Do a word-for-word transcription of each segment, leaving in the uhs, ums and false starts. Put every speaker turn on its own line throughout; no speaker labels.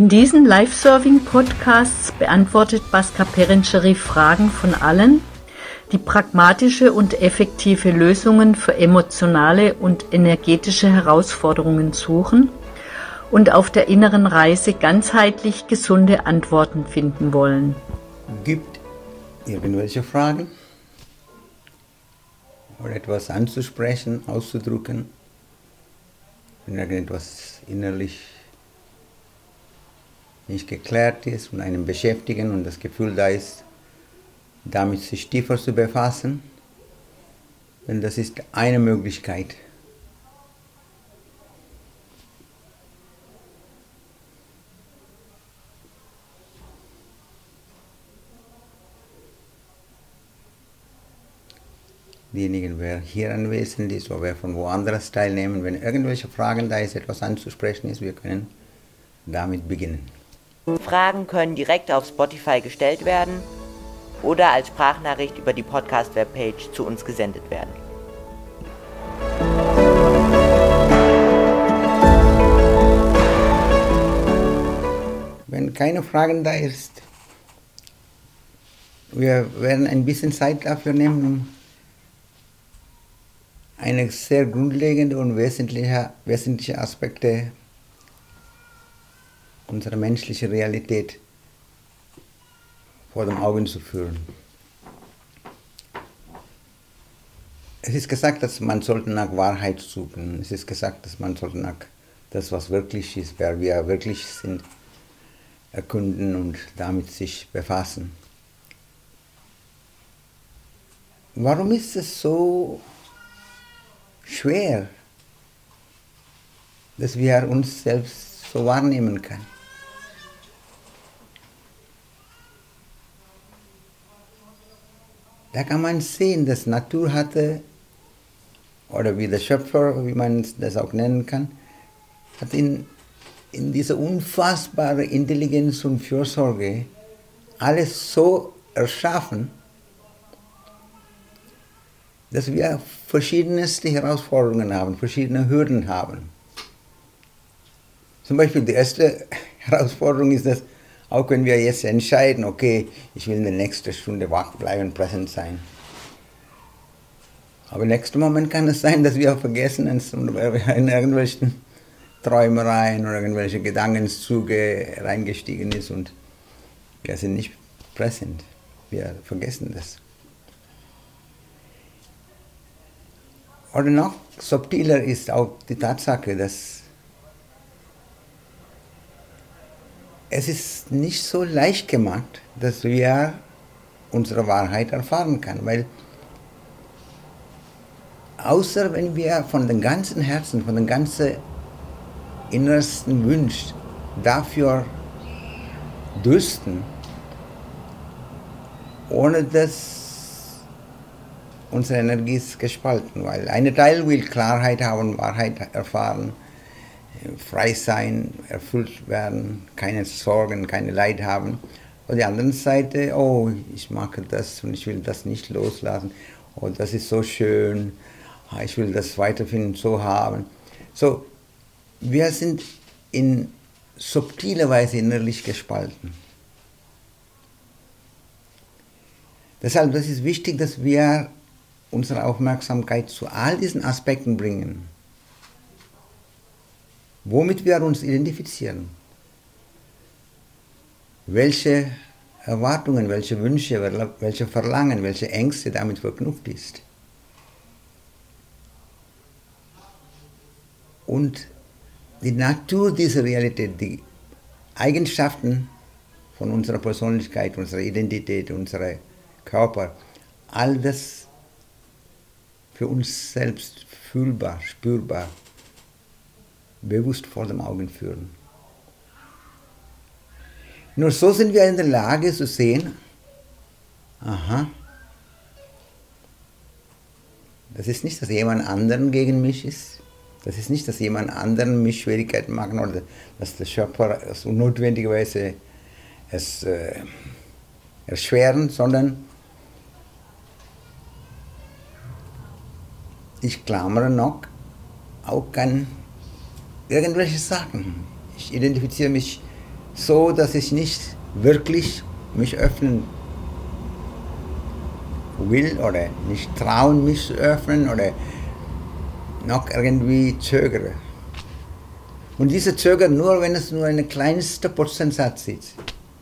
In diesen Live-Serving-Podcasts beantwortet Bhaskar Perenchery Fragen von allen, die pragmatische und effektive Lösungen für emotionale und energetische Herausforderungen suchen und auf der inneren Reise ganzheitlich gesunde Antworten finden wollen.
Gibt irgendwelche Fragen oder etwas anzusprechen, auszudrücken, wenn irgendetwas innerlich nicht geklärt ist und einen beschäftigen und das Gefühl da ist, damit sich tiefer zu befassen, denn das ist eine Möglichkeit. Diejenigen, wer hier anwesend ist oder wer von woanders teilnehmen, wenn irgendwelche Fragen da ist, etwas anzusprechen ist, wir können damit beginnen.
Fragen können direkt auf Spotify gestellt werden oder als Sprachnachricht über die Podcast-Webpage zu uns gesendet werden.
Wenn keine Fragen da ist, wir werden ein bisschen Zeit dafür nehmen, um eine sehr grundlegende und wesentliche, wesentliche Aspekte unserer menschlichen Realität vor den Augen zu führen. Es ist gesagt, dass man sollte nach Wahrheit suchen. Es ist gesagt, dass man sollte nach das, was wirklich ist, wer wir wirklich sind, erkunden und damit sich befassen. Warum ist es so schwer, dass wir uns selbst so wahrnehmen können? Da kann man sehen, dass Natur hatte, oder wie der Schöpfer, wie man das auch nennen kann, hat in, in dieser unfassbaren Intelligenz und Fürsorge alles so erschaffen, dass wir verschiedenste Herausforderungen haben, verschiedene Hürden haben. Zum Beispiel die erste Herausforderung ist, dass auch wenn wir jetzt entscheiden, okay, ich will in der nächsten Stunde wach bleiben, präsent sein. Aber im nächsten Moment kann es sein, dass wir vergessen, in irgendwelchen Träumereien oder irgendwelche Gedankenzüge reingestiegen ist und wir sind nicht präsent. Wir vergessen das. Oder noch subtiler ist auch die Tatsache, dass es ist nicht so leicht gemacht, dass wir unsere Wahrheit erfahren können, weil außer wenn wir von dem ganzen Herzen, von dem ganzen innersten Wunsch dafür dürsten, ohne dass unsere Energie ist gespalten, weil ein Teil will Klarheit haben, Wahrheit erfahren, frei sein, erfüllt werden, keine Sorgen, keine Leid haben. Und die andere Seite, oh, ich mag das und ich will das nicht loslassen. Oh, das ist so schön, ich will das weiterhin so haben. So, wir sind in subtiler Weise innerlich gespalten. Deshalb das ist wichtig, dass wir unsere Aufmerksamkeit zu all diesen Aspekten bringen, womit wir uns identifizieren, welche Erwartungen, welche Wünsche, welche Verlangen, welche Ängste damit verknüpft ist. Und die Natur dieser Realität, die Eigenschaften von unserer Persönlichkeit, unserer Identität, unserer Körper, all das für uns selbst fühlbar, spürbar, bewusst vor den Augen führen. Nur so sind wir in der Lage zu sehen, aha, das ist nicht, dass jemand anderen gegen mich ist, das ist nicht, dass jemand anderen mich Schwierigkeiten macht oder dass der Schöpfer es unnotwendigerweise es äh, erschweren, sondern ich klammere noch auch an irgendwelche Sachen. Ich identifiziere mich so, dass ich nicht wirklich mich öffnen will oder nicht trauen, mich zu öffnen oder noch irgendwie zögere. Und diese Zögern nur, wenn es nur ein kleinster Prozentsatz ist.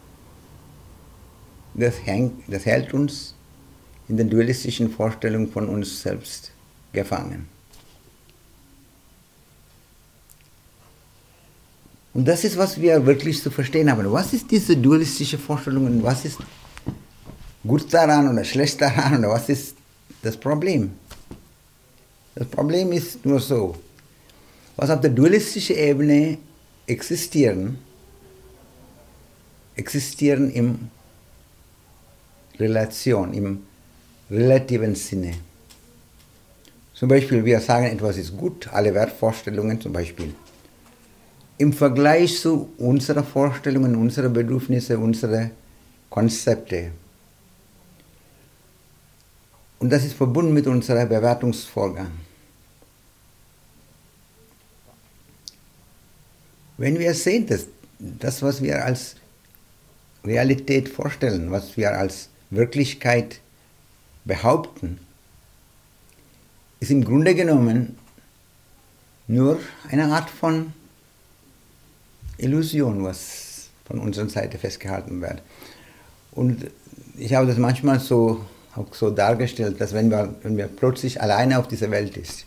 Das, hängt, das hält uns in den dualistischen Vorstellungen von uns selbst gefangen. Und das ist, was wir wirklich zu verstehen haben. Was ist diese dualistische Vorstellung und was ist gut daran oder schlecht daran oder was ist das Problem? Das Problem ist nur so, was auf der dualistischen Ebene existieren, existieren im Relation, im relativen Sinne. Zum Beispiel, wir sagen, etwas ist gut, alle Wertvorstellungen zum Beispiel. Im Vergleich zu unseren Vorstellungen, unseren Bedürfnissen, unseren Konzepten. Und das ist verbunden mit unserem Bewertungsvorgang. Wenn wir sehen, dass das, was wir als Realität vorstellen, was wir als Wirklichkeit behaupten, ist im Grunde genommen nur eine Art von Illusion, was von unserer Seite festgehalten wird. Und ich habe das manchmal so, auch so dargestellt, dass wenn wir, wenn wir plötzlich alleine auf dieser Welt sind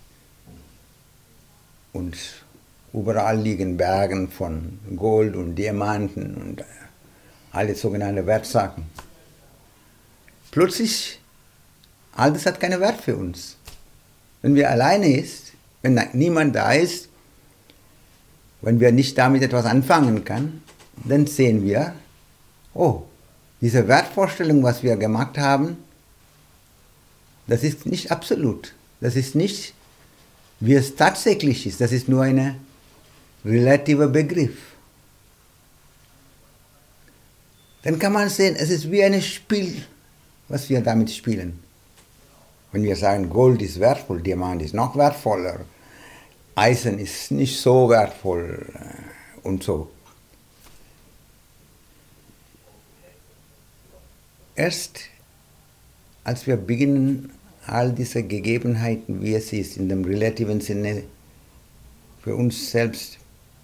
und überall liegen Bergen von Gold und Diamanten und alle sogenannten Wertsachen. Plötzlich, all das hat keinen Wert für uns. Wenn wir alleine ist, wenn niemand da ist, wenn wir nicht damit etwas anfangen können, dann sehen wir, oh, diese Wertvorstellung, was wir gemacht haben, das ist nicht absolut. Das ist nicht, wie es tatsächlich ist. Das ist nur ein relativer Begriff. Dann kann man sehen, es ist wie ein Spiel, was wir damit spielen. Wenn wir sagen, Gold ist wertvoll, Diamant ist noch wertvoller, Eisen ist nicht so wertvoll und so. Erst als wir beginnen, all diese Gegebenheiten, wie es ist, in dem relativen Sinne für uns selbst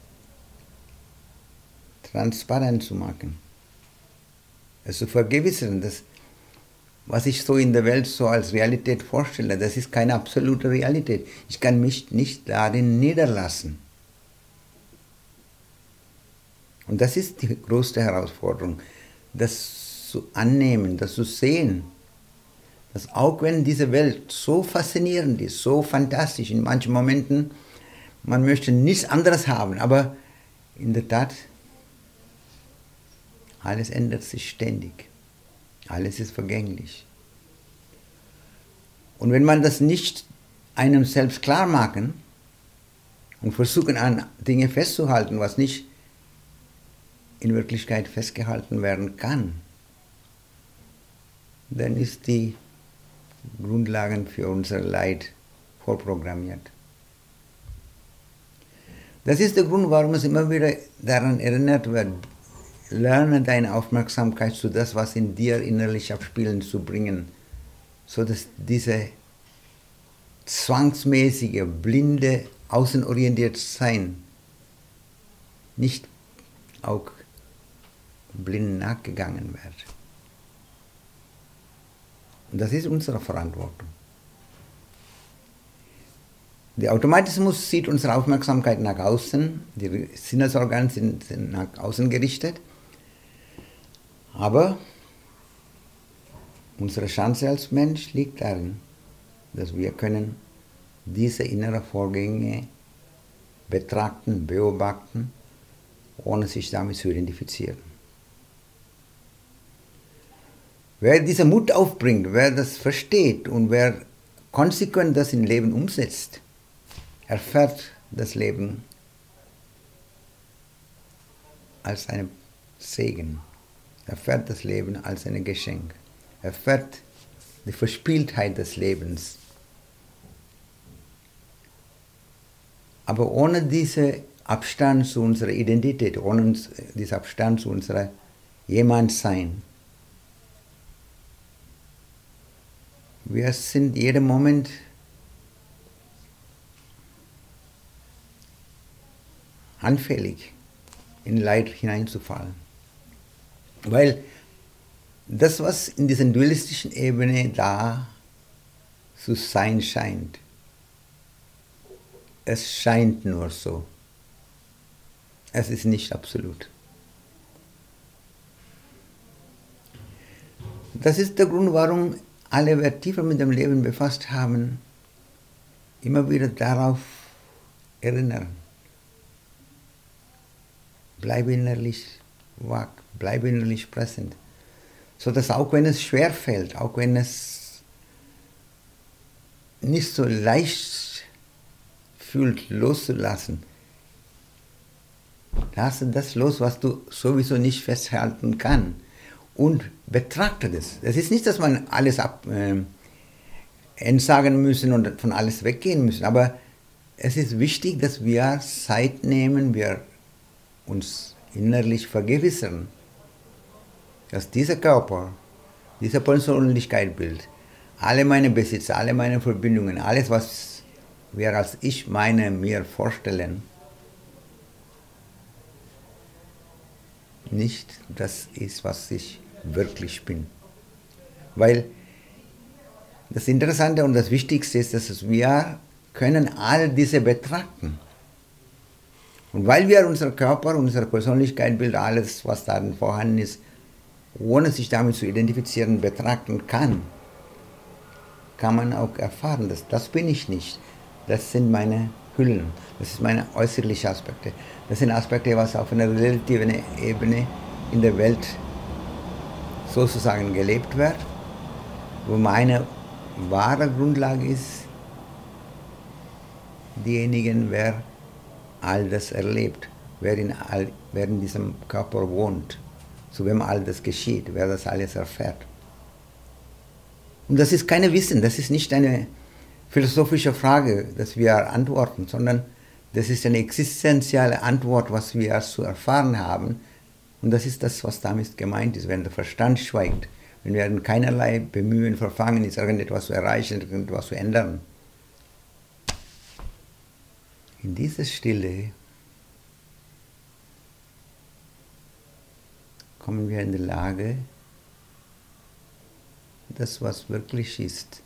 transparent zu machen, es zu vergewissern, dass was ich so in der Welt so als Realität vorstelle, das ist keine absolute Realität. Ich kann mich nicht darin niederlassen. Und das ist die größte Herausforderung, das zu annehmen, das zu sehen, dass auch wenn diese Welt so faszinierend ist, so fantastisch, in manchen Momenten, man möchte nichts anderes haben, aber in der Tat, alles ändert sich ständig. Alles ist vergänglich. Und wenn man das nicht einem selbst klar machen und versuchen an Dinge festzuhalten, was nicht in Wirklichkeit festgehalten werden kann, dann ist die Grundlagen für unser Leid vorprogrammiert. Das ist der Grund, warum es immer wieder daran erinnert wird, lerne deine Aufmerksamkeit zu das, was in dir innerlich abspielen zu bringen, so dass diese zwangsmäßige, blinde, außenorientierte Sein nicht auch blind nachgegangen wird. Und das ist unsere Verantwortung. Der Automatismus zieht unsere Aufmerksamkeit nach außen, die Sinnesorgane sind, sind nach außen gerichtet, aber unsere Chance als Mensch liegt darin, dass wir können diese inneren Vorgänge betrachten, beobachten, ohne sich damit zu identifizieren. Wer diesen Mut aufbringt, wer das versteht und wer konsequent das im Leben umsetzt, erfährt das Leben als einen Segen, erfährt das Leben als ein Geschenk, erfährt die Verspieltheit des Lebens. Aber ohne diese Abstand zu unserer Identität, ohne uns, diesen Abstand zu unserer Jemandsein. Wir sind jeden Moment anfällig, in Leid hineinzufallen. Weil das, was in dieser dualistischen Ebene da zu sein scheint, es scheint nur so. Es ist nicht absolut. Das ist der Grund, warum alle, wer tiefer mit dem Leben befasst haben, immer wieder darauf erinnern. Bleibe innerlich wach, bleibe innerlich präsent. So dass auch wenn es schwer fällt, auch wenn es nicht so leicht fühlt, loszulassen, lasse das los, was du sowieso nicht festhalten kannst. Und betrachte das. Es ist nicht, dass man alles ab, äh, entsagen müssen und von alles weggehen müssen, aber es ist wichtig, dass wir Zeit nehmen, wir uns innerlich vergewissern, dass dieser Körper, dieser Persönlichkeitsbild, alle meine Besitzer, alle meine Verbindungen, alles, was wir als ich meine, mir vorstellen, nicht das ist, was ich wirklich bin. Weil das Interessante und das Wichtigste ist, dass wir können all diese betrachten. Und weil wir unser Körper, unser Persönlichkeitsbild, alles, was darin vorhanden ist, ohne sich damit zu identifizieren, betrachten kann, kann man auch erfahren, dass das bin ich nicht. Das sind meine Hüllen, das sind meine äußerlichen Aspekte. Das sind Aspekte, was auf einer relativen Ebene in der Welt sozusagen gelebt wird, wo meine wahre Grundlage ist, diejenigen, wer all das erlebt, wer in, all, wer in diesem Körper wohnt, zu wem all das geschieht, wer das alles erfährt. Und das ist kein Wissen, das ist nicht eine philosophische Frage, dass wir antworten, sondern das ist eine existenzielle Antwort, was wir zu erfahren haben. Und das ist das, was damit gemeint ist, wenn der Verstand schweigt, wenn wir in keinerlei Bemühen verfangen ist, irgendetwas zu erreichen, irgendetwas zu ändern. In dieser Stille kommen wir in die Lage, das, was wirklich ist,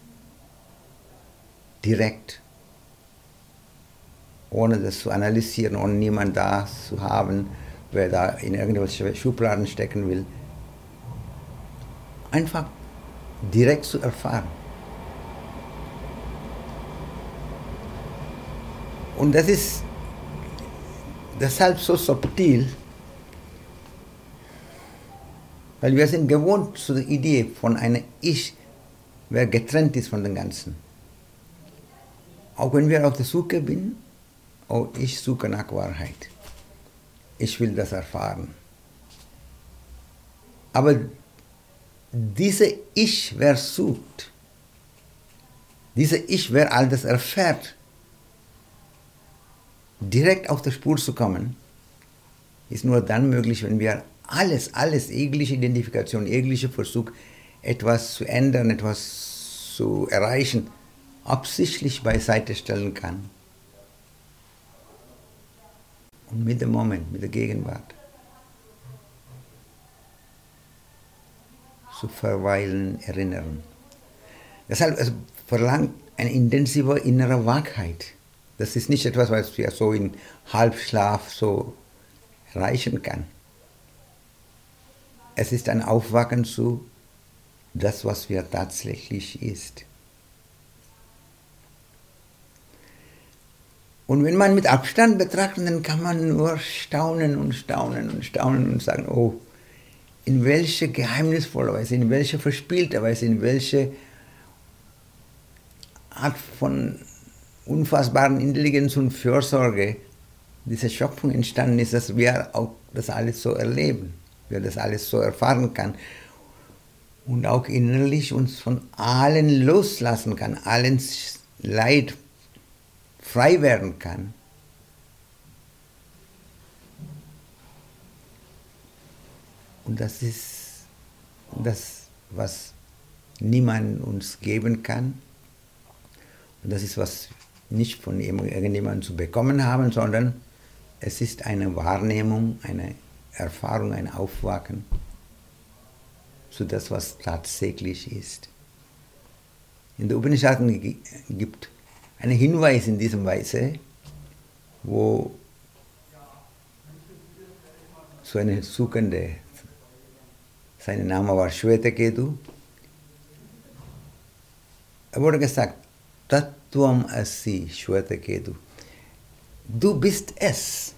direkt, ohne das zu analysieren, ohne niemanden da zu haben, wer da in irgendwelche Schubladen stecken will, einfach direkt zu erfahren. Und das ist deshalb so subtil, weil wir sind gewohnt zu der Idee von einem Ich, wer getrennt ist von dem Ganzen. Auch wenn wir auf der Suche sind, oh, ich suche nach Wahrheit. Ich will das erfahren. Aber diese Ich, wer sucht, diese Ich, wer all das erfährt, direkt auf der Spur zu kommen, ist nur dann möglich, wenn wir alles, alles, jegliche Identifikation, jegliche Versuch, etwas zu ändern, etwas zu erreichen, absichtlich beiseite stellen kann. Und mit dem Moment, mit der Gegenwart zu verweilen, erinnern. Deshalb es verlangt eine intensive innere Wachheit. Das ist nicht etwas, was wir so in Halbschlaf so erreichen kann. Es ist ein Aufwachen zu das, was wir tatsächlich ist. Und wenn man mit Abstand betrachtet, dann kann man nur staunen und staunen und staunen und sagen, oh, in welche geheimnisvolle Weise, in welche verspielte Weise, in welche Art von unfassbaren Intelligenz und Fürsorge diese Schöpfung entstanden ist, dass wir auch das alles so erleben, wir das alles so erfahren kann und auch innerlich uns von allen loslassen kann, allen Leid frei werden kann, Und das ist das, was niemand uns geben kann. Und das ist, was nicht von irgendjemandem zu bekommen haben, sondern es ist eine Wahrnehmung, eine Erfahrung, ein Aufwachen zu das, was tatsächlich ist. In der Upanishaden gibt einen Hinweis in diesem Weise, wo so eine Suchende, sein Name war Shvetaketu, er wurde gesagt, Tattvam Asi Shvetaketu, du bist es.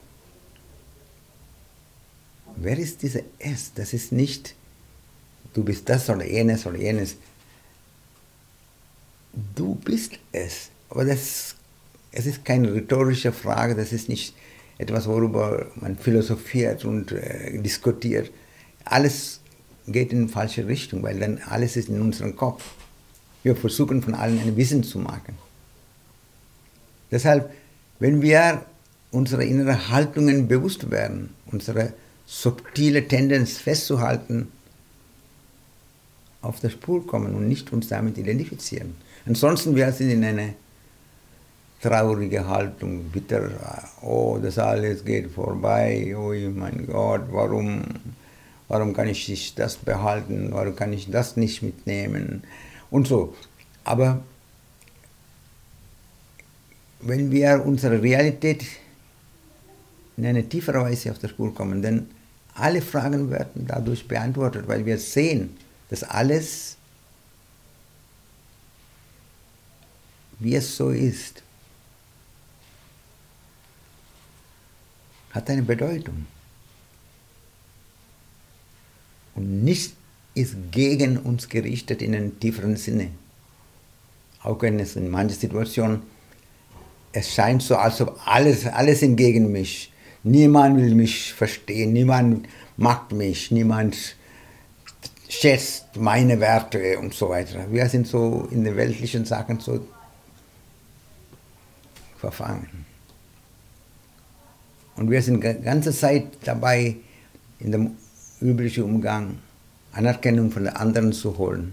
Wer ist dieser Es? Das ist nicht, du bist das oder jenes oder jenes. Du bist es. Aber das, es ist keine rhetorische Frage, das ist nicht etwas, worüber man philosophiert und äh, diskutiert. Alles geht in die falsche Richtung, weil dann alles ist in unserem Kopf. Wir versuchen von allen ein Wissen zu machen. Deshalb, wenn wir unsere inneren Haltungen bewusst werden, unsere subtile Tendenz festzuhalten, auf der Spur kommen und nicht uns damit identifizieren. Ansonsten wir sind in eine traurige Haltung, bitter, oh, das alles geht vorbei, oh mein Gott, warum, warum kann ich das behalten, warum kann ich das nicht mitnehmen und so. Aber wenn wir unsere Realität in eine tiefere Weise auf der Spur kommen, dann alle Fragen werden dadurch beantwortet, weil wir sehen, dass alles, wie es so ist, hat eine Bedeutung. Und nichts ist gegen uns gerichtet in einem tieferen Sinne. Auch wenn es in manchen Situationen, es scheint so, als ob alles, alles sind gegen mich. Niemand will mich verstehen, niemand mag mich, niemand schätzt meine Werte und so weiter. Wir sind so in den weltlichen Sachen so verfangen. Und wir sind die ganze Zeit dabei, in dem üblichen Umgang Anerkennung von den anderen zu holen,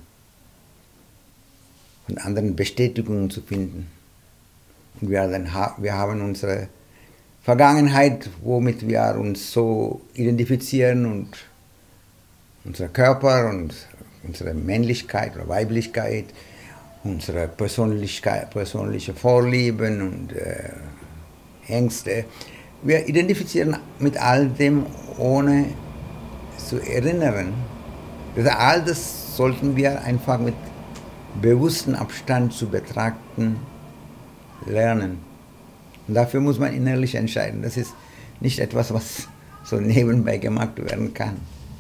von anderen Bestätigungen zu finden. Und wir, dann, wir haben unsere Vergangenheit, womit wir uns so identifizieren und unser Körper und unsere Männlichkeit oder Weiblichkeit, unsere Persönlichkeit, persönliche Vorlieben und äh, Ängste. Wir identifizieren mit all dem, ohne zu erinnern. Also all das sollten wir einfach mit bewusstem Abstand zu betrachten lernen. Und dafür muss man innerlich entscheiden. Das ist nicht etwas, was so nebenbei gemacht werden kann.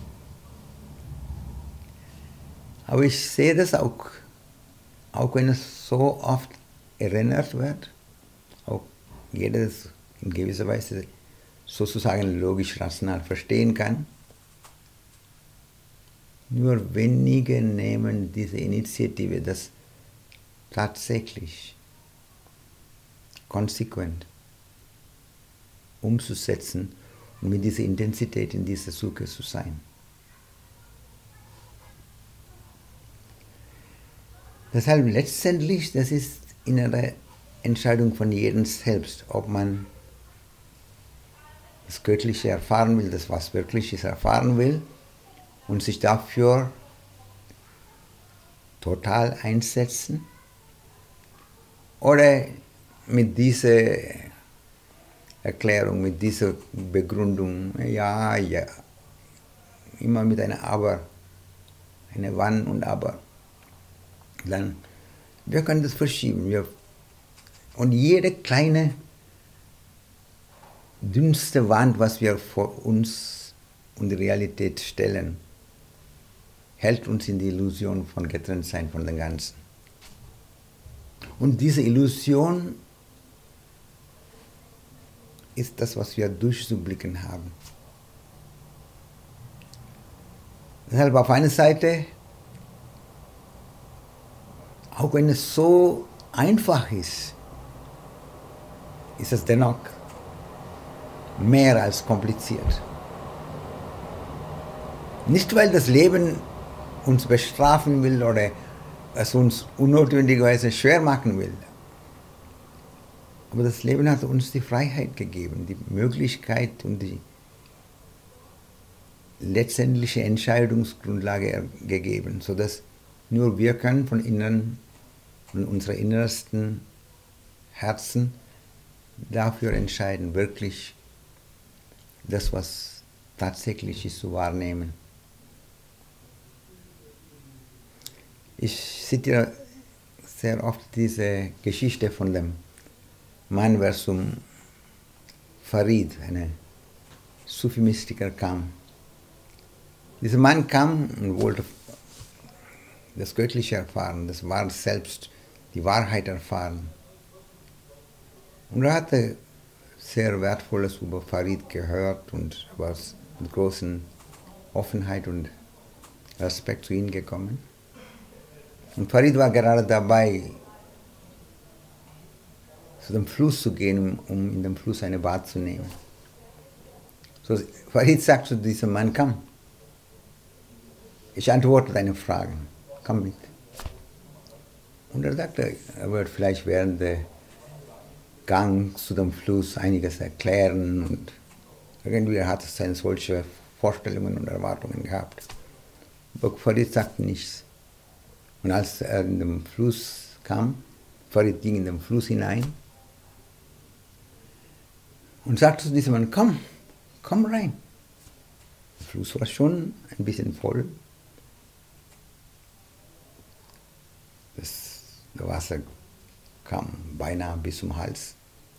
Aber ich sehe das auch, auch wenn es so oft erinnert wird, auch jeder das in gewisser Weise sozusagen logisch, rational verstehen kann. Nur wenige nehmen diese Initiative, das tatsächlich konsequent umzusetzen und mit dieser Intensität in dieser Suche zu sein. Deshalb letztendlich, das ist innere Entscheidung von jedem selbst, ob man das Göttliche erfahren will, das was Wirkliches erfahren will und sich dafür total einsetzen oder mit dieser Erklärung, mit dieser Begründung, ja, ja, immer mit einer Aber, eine Wann und Aber. Dann, wir können das verschieben. Wir, und jede kleine, dünnste Wand, was wir vor uns und die Realität stellen, hält uns in die Illusion von Getrenntsein von dem Ganzen. Und diese Illusion ist das, was wir durchzublicken haben. Deshalb auf einer Seite, auch wenn es so einfach ist, ist es dennoch mehr als kompliziert. Nicht, weil das Leben uns bestrafen will oder es uns unnotwendigerweise schwer machen will. Aber das Leben hat uns die Freiheit gegeben, die Möglichkeit und die letztendliche Entscheidungsgrundlage gegeben, sodass nur wir können von innen, von unserem innersten Herzen dafür entscheiden, wirklich das, was tatsächlich ist, zu wahrnehmen. Ich zitiere sehr oft diese Geschichte von dem Mann versum Farid, ein Sufi-Mystiker kam. Dieser Mann kam und wollte das Göttliche erfahren, das Wahre Selbst, die Wahrheit erfahren. Und er hatte sehr Wertvolles über Farid gehört und war mit großer Offenheit und Respekt zu ihm gekommen. Und Farid war gerade dabei, zu dem Fluss zu gehen, um in dem Fluss eine Bad zu nehmen. So, Farid sagt zu diesem Mann, komm, ich antworte deine Fragen, komm mit. Und er sagte, er wird vielleicht während der Gang zu dem Fluss einiges erklären und irgendwie hat es seine solche Vorstellungen und Erwartungen gehabt. Aber Farid sagte nichts. Und als er in den Fluss kam, Farid ging in den Fluss hinein und sagte zu diesem Mann, komm, komm rein. Der Fluss war schon ein bisschen voll. Das, das Wasser kam beinahe bis zum Hals.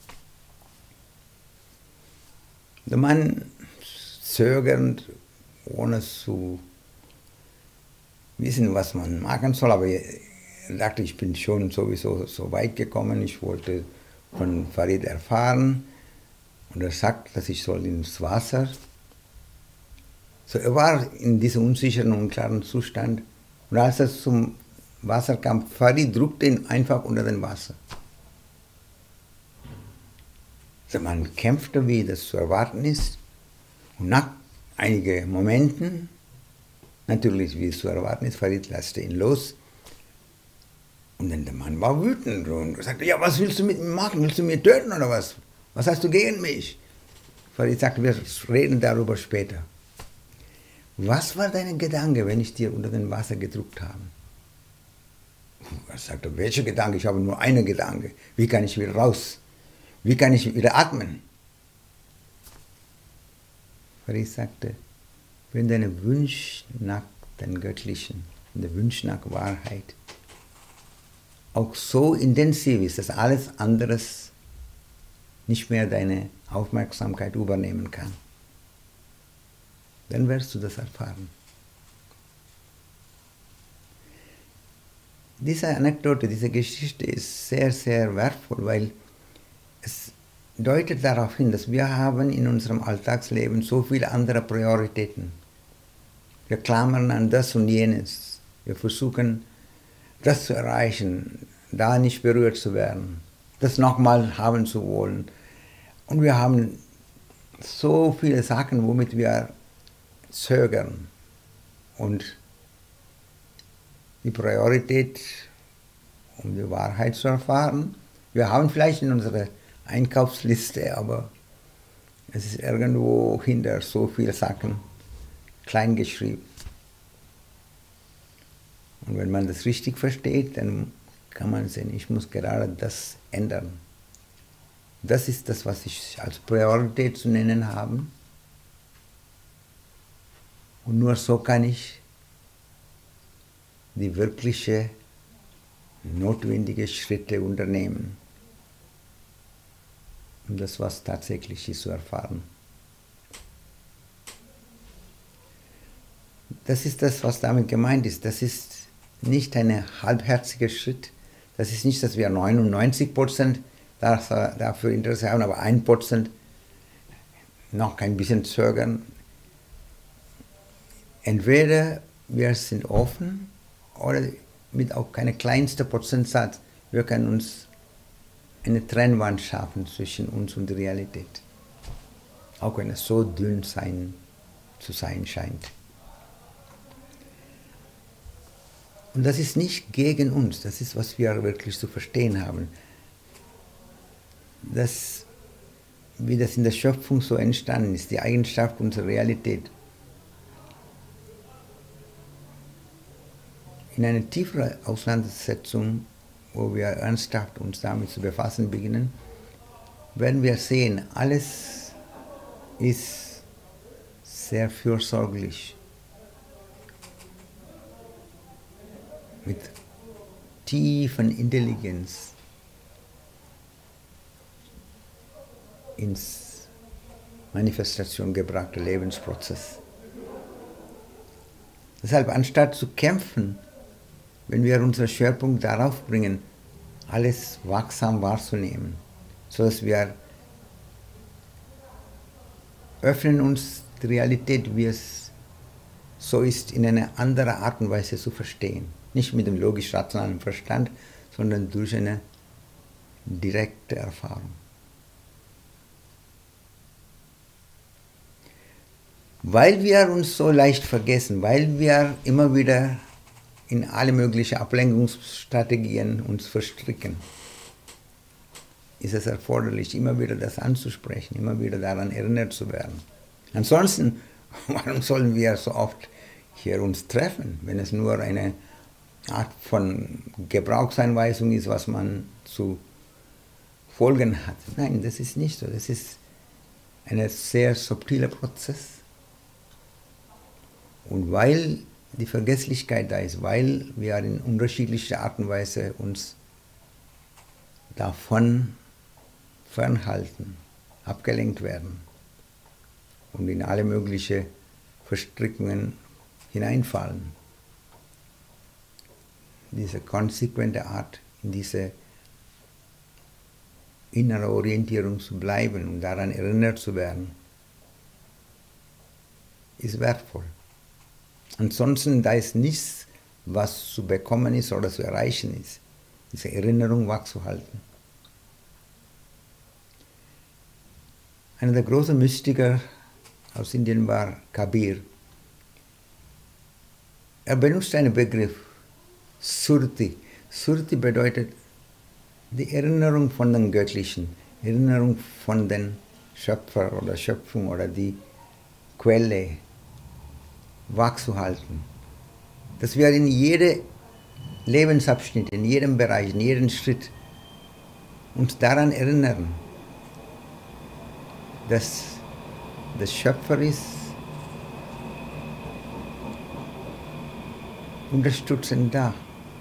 Der Mann, zögernd, ohne zu wissen, was man machen soll, aber er dachte, ich bin schon sowieso so weit gekommen, ich wollte von Farid erfahren und er sagt, dass ich soll ins Wasser. So, er war in diesem unsicheren und unklaren Zustand und als er zum Wasser kam, Farid drückte ihn einfach unter dem Wasser. So, man kämpfte, wie das zu erwarten ist und nach einigen Momenten, natürlich, wie es zu erwarten ist, Farid lässt ihn los. Und dann der Mann war wütend und sagte, ja, was willst du mit mir machen? Willst du mich töten oder was? Was hast du gegen mich? Farid sagte, wir reden darüber später. Was war dein Gedanke, wenn ich dir unter dem Wasser gedrückt habe? Er sagte, welcher Gedanke? Ich habe nur einen Gedanke. Wie kann ich wieder raus? Wie kann ich wieder atmen? Farid sagte, wenn deine Wunsch nach dem Göttlichen, der Wunsch nach Wahrheit auch so intensiv ist, dass alles anderes nicht mehr deine Aufmerksamkeit übernehmen kann, dann wirst du das erfahren. Diese Anekdote, diese Geschichte ist sehr, sehr wertvoll, weil es deutet darauf hin, dass wir haben in unserem Alltagsleben so viele andere Prioritäten. Wir klammern an das und jenes. Wir versuchen, das zu erreichen, da nicht berührt zu werden, das nochmal haben zu wollen. Und wir haben so viele Sachen, womit wir zögern. Und die Priorität, um die Wahrheit zu erfahren, wir haben vielleicht in unserer Einkaufsliste, aber es ist irgendwo hinter so viele Sachen klein geschrieben. Und wenn man das richtig versteht, dann kann man sehen, ich muss gerade das ändern. Das ist das, was ich als Priorität zu nennen habe. Und nur so kann ich die wirkliche, notwendige Schritte unternehmen, um das, was tatsächlich ist, zu erfahren. Das ist das, was damit gemeint ist. Das ist nicht ein halbherziger Schritt. Das ist nicht, dass wir neunundneunzig Prozent dafür Interesse haben, aber ein Prozent noch ein bisschen zögern. Entweder wir sind offen oder mit auch keinem kleinsten Prozentsatz. Wir können uns eine Trennwand schaffen zwischen uns und der Realität. Auch wenn es so dünn sein, zu sein scheint. Und das ist nicht gegen uns, das ist, was wir wirklich zu verstehen haben. Das, wie das in der Schöpfung so entstanden ist, die Eigenschaft unserer Realität. In einer tieferen Auseinandersetzung, wo wir ernsthaft uns damit zu befassen beginnen, werden wir sehen, alles ist sehr fürsorglich, mit tiefen Intelligenz ins Manifestation gebrachter Lebensprozess. Deshalb, anstatt zu kämpfen, wenn wir unseren Schwerpunkt darauf bringen, alles wachsam wahrzunehmen, sodass wir öffnen uns die Realität, wie es so ist, in einer anderen Art und Weise zu verstehen. Nicht mit dem logisch-rationalen Verstand, sondern durch eine direkte Erfahrung. Weil wir uns so leicht vergessen, weil wir immer wieder in alle möglichen Ablenkungsstrategien uns verstricken, ist es erforderlich, immer wieder das anzusprechen, immer wieder daran erinnert zu werden. Ansonsten, warum sollen wir so oft hier uns treffen, wenn es nur eine Art von Gebrauchsanweisung ist, was man zu folgen hat? Nein, das ist nicht so. Das ist ein sehr subtiler Prozess. Und weil die Vergesslichkeit da ist, weil wir in unterschiedlicher Art und Weise uns davon fernhalten, abgelenkt werden und in alle möglichen Verstrickungen hineinfallen. Diese konsequente Art, in diese innere Orientierung zu bleiben und daran erinnert zu werden, ist wertvoll. Ansonsten, da ist nichts, was zu bekommen ist oder zu erreichen ist, diese Erinnerung wachzuhalten. Einer der großen Mystiker aus Indien war Kabir. Er benutzt einen Begriff, Surti. Surti bedeutet die Erinnerung von den Göttlichen, Erinnerung von den Schöpfer oder Schöpfung oder die Quelle wachzuhalten. Dass wir in jedem Lebensabschnitt, in jedem Bereich, in jedem Schritt uns daran erinnern, dass der Schöpfer ist, unterstützend da.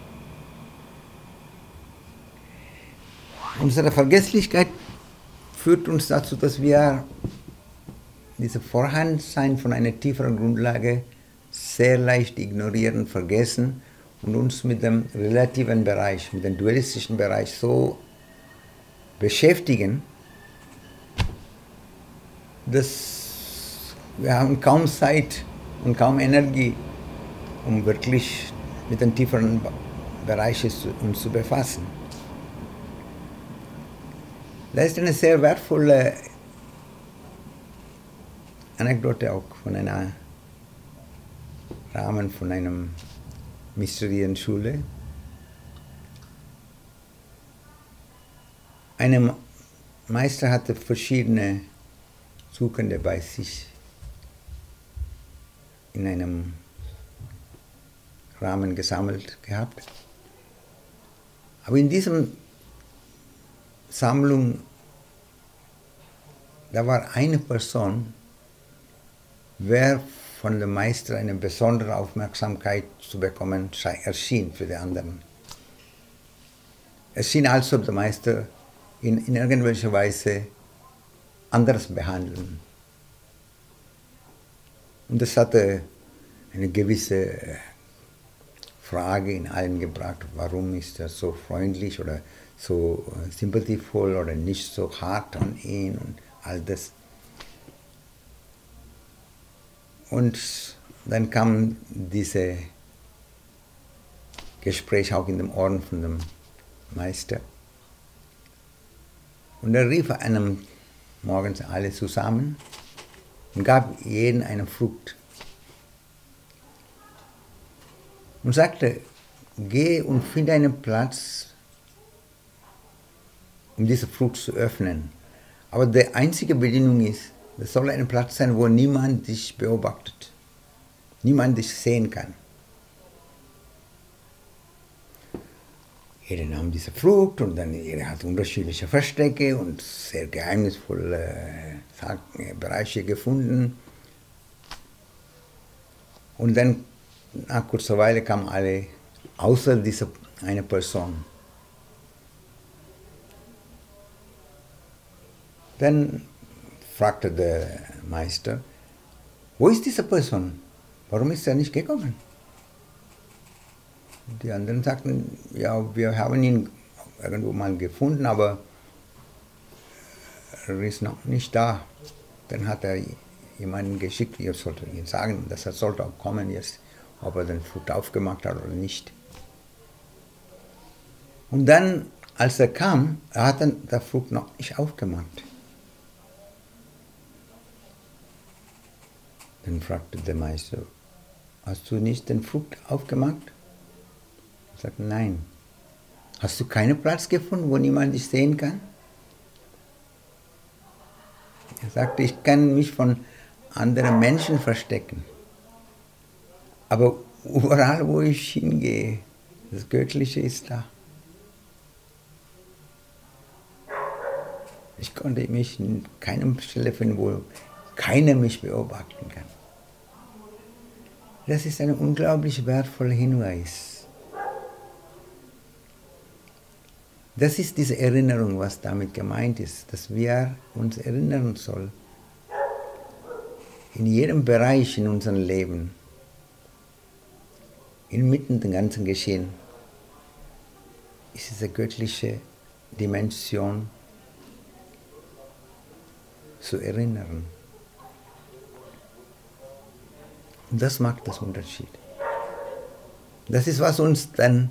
Unsere Vergesslichkeit führt uns dazu, dass wir dieses Vorhandensein von einer tieferen Grundlage sehr leicht ignorieren, vergessen und uns mit dem relativen Bereich, mit dem dualistischen Bereich so beschäftigen, dass wir haben kaum Zeit und kaum Energie, um wirklich mit den tieferen Bereichen uns zu befassen. Das ist eine sehr wertvolle Anekdote auch von einer Rahmen von einer Mysterienschule. Ein Meister hatte verschiedene Suchende bei sich in einem Rahmen gesammelt gehabt. Aber in diesem Sammlung, da war eine Person, wer von dem Meister eine besondere Aufmerksamkeit zu bekommen erschien für die anderen. Es schien, als ob der Meister ihn in irgendwelcher Weise anders behandeln. Und das hatte eine gewisse Frage in allen gebracht, warum ist er so freundlich oder so sympathievoll oder nicht so hart an ihn und all das. Und dann kam dieses Gespräch auch in den Ohren von dem Meister. Und er rief einem morgens alle zusammen und gab jedem eine Frucht. Und sagte, geh und finde einen Platz, um diese Frucht zu öffnen. Aber die einzige Bedingung ist, es soll ein Platz sein, wo niemand dich beobachtet, niemand dich sehen kann. Jeder nahm diese Frucht und dann jeder hat unterschiedliche Verstecke und sehr geheimnisvolle äh, Bereiche gefunden. Und dann, nach kurzer Weile, kamen alle, außer diese eine Person. Dann fragte der Meister, wo ist diese Person? Warum ist er nicht gekommen? Die anderen sagten, ja, wir haben ihn irgendwo mal gefunden, aber er ist noch nicht da. Dann hat er jemanden geschickt, ich sollte ihm sagen, dass er sollte auch kommen jetzt, ob er den Frucht aufgemacht hat oder nicht. Und dann, als er kam, er hat dann der Frucht noch nicht aufgemacht. Dann fragte der Meister, hast du nicht den Frucht aufgemacht? Er sagte, nein. Hast du keinen Platz gefunden, wo niemand dich sehen kann? Er sagte, ich kann mich von anderen Menschen verstecken. Aber überall, wo ich hingehe, das Göttliche ist da. Ich konnte mich in keiner Stelle finden, wo keiner mich beobachten kann. Das ist ein unglaublich wertvoller Hinweis. Das ist diese Erinnerung, was damit gemeint ist, dass wir uns erinnern sollen, in jedem Bereich in unserem Leben, inmitten des ganzen Geschehen, ist diese göttliche Dimension zu erinnern. Und das macht das Unterschied. Das ist, was uns dann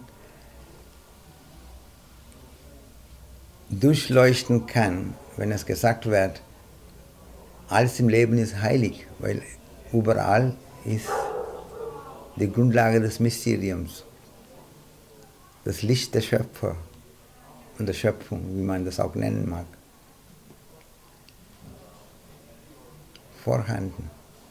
durchleuchten kann, wenn es gesagt wird, alles im Leben ist heilig, weil überall ist die Grundlage des Mysteriums, das Licht der Schöpfer und der Schöpfung, wie man das auch nennen mag, vorhanden.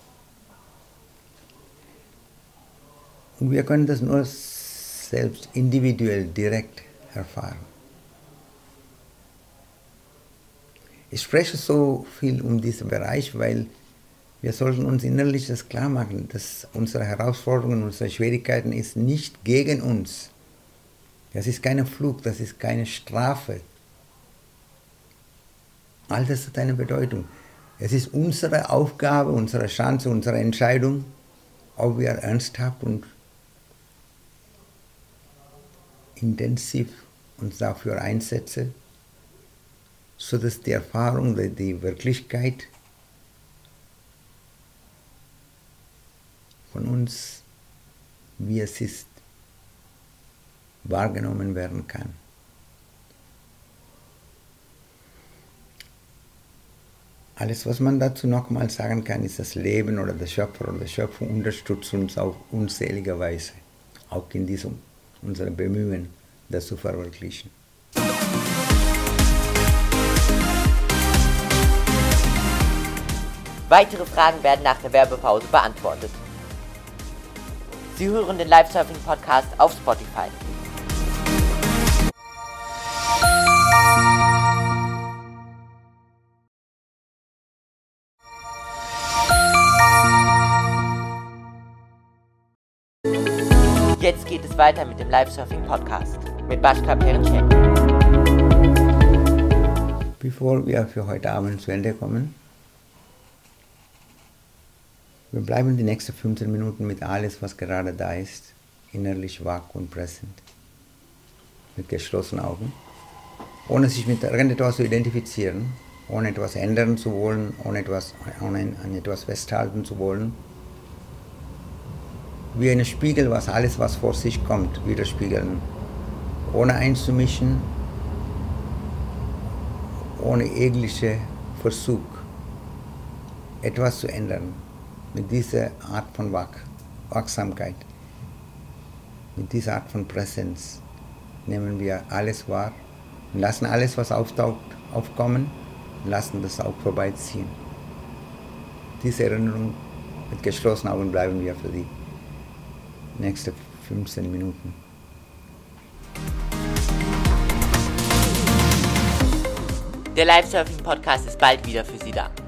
Und wir können das nur selbst individuell direkt erfahren. Ich spreche so viel um diesen Bereich, weil wir sollten uns innerlich das klar machen, dass unsere Herausforderungen, unsere Schwierigkeiten ist nicht gegen uns. Das ist keine Fluch, das ist keine Strafe. All das hat eine Bedeutung. Es ist unsere Aufgabe, unsere Chance, unsere Entscheidung, ob wir ernsthaft und intensiv uns dafür einsetzen, sodass die Erfahrung, die Wirklichkeit von uns, wie es ist, wahrgenommen werden kann. Alles, was man dazu nochmal sagen kann, ist, das Leben oder der Schöpfer oder die Schöpfung unterstützt uns auf unzählige Weise, auch in diesem unseren Bemühen, das zu verwirklichen.
Weitere Fragen werden nach der Werbepause beantwortet. Sie hören den Live-Surfing-Podcast auf Spotify. Jetzt geht es weiter mit dem Live-Surfing-Podcast mit Bhaskar Perinçek.
Bevor wir für heute Abend zu Ende kommen, wir bleiben die nächsten fünfzehn Minuten mit alles, was gerade da ist, innerlich wach und präsent, mit geschlossenen Augen, ohne sich mit irgendetwas zu identifizieren, ohne etwas ändern zu wollen, ohne etwas, ohne an etwas festhalten zu wollen. Wie ein Spiegel, was alles, was vor sich kommt, widerspiegeln, ohne einzumischen, ohne jeglichen Versuch, etwas zu ändern, mit dieser Art von Wach, Wachsamkeit. Mit dieser Art von Präsenz nehmen wir alles wahr und lassen alles, was auftaucht, aufkommen und lassen das auch vorbeiziehen. Diese Erinnerung mit geschlossenen Augen bleiben wir für die nächsten fünfzehn Minuten.
Der Live-Surfing-Podcast ist bald wieder für Sie da.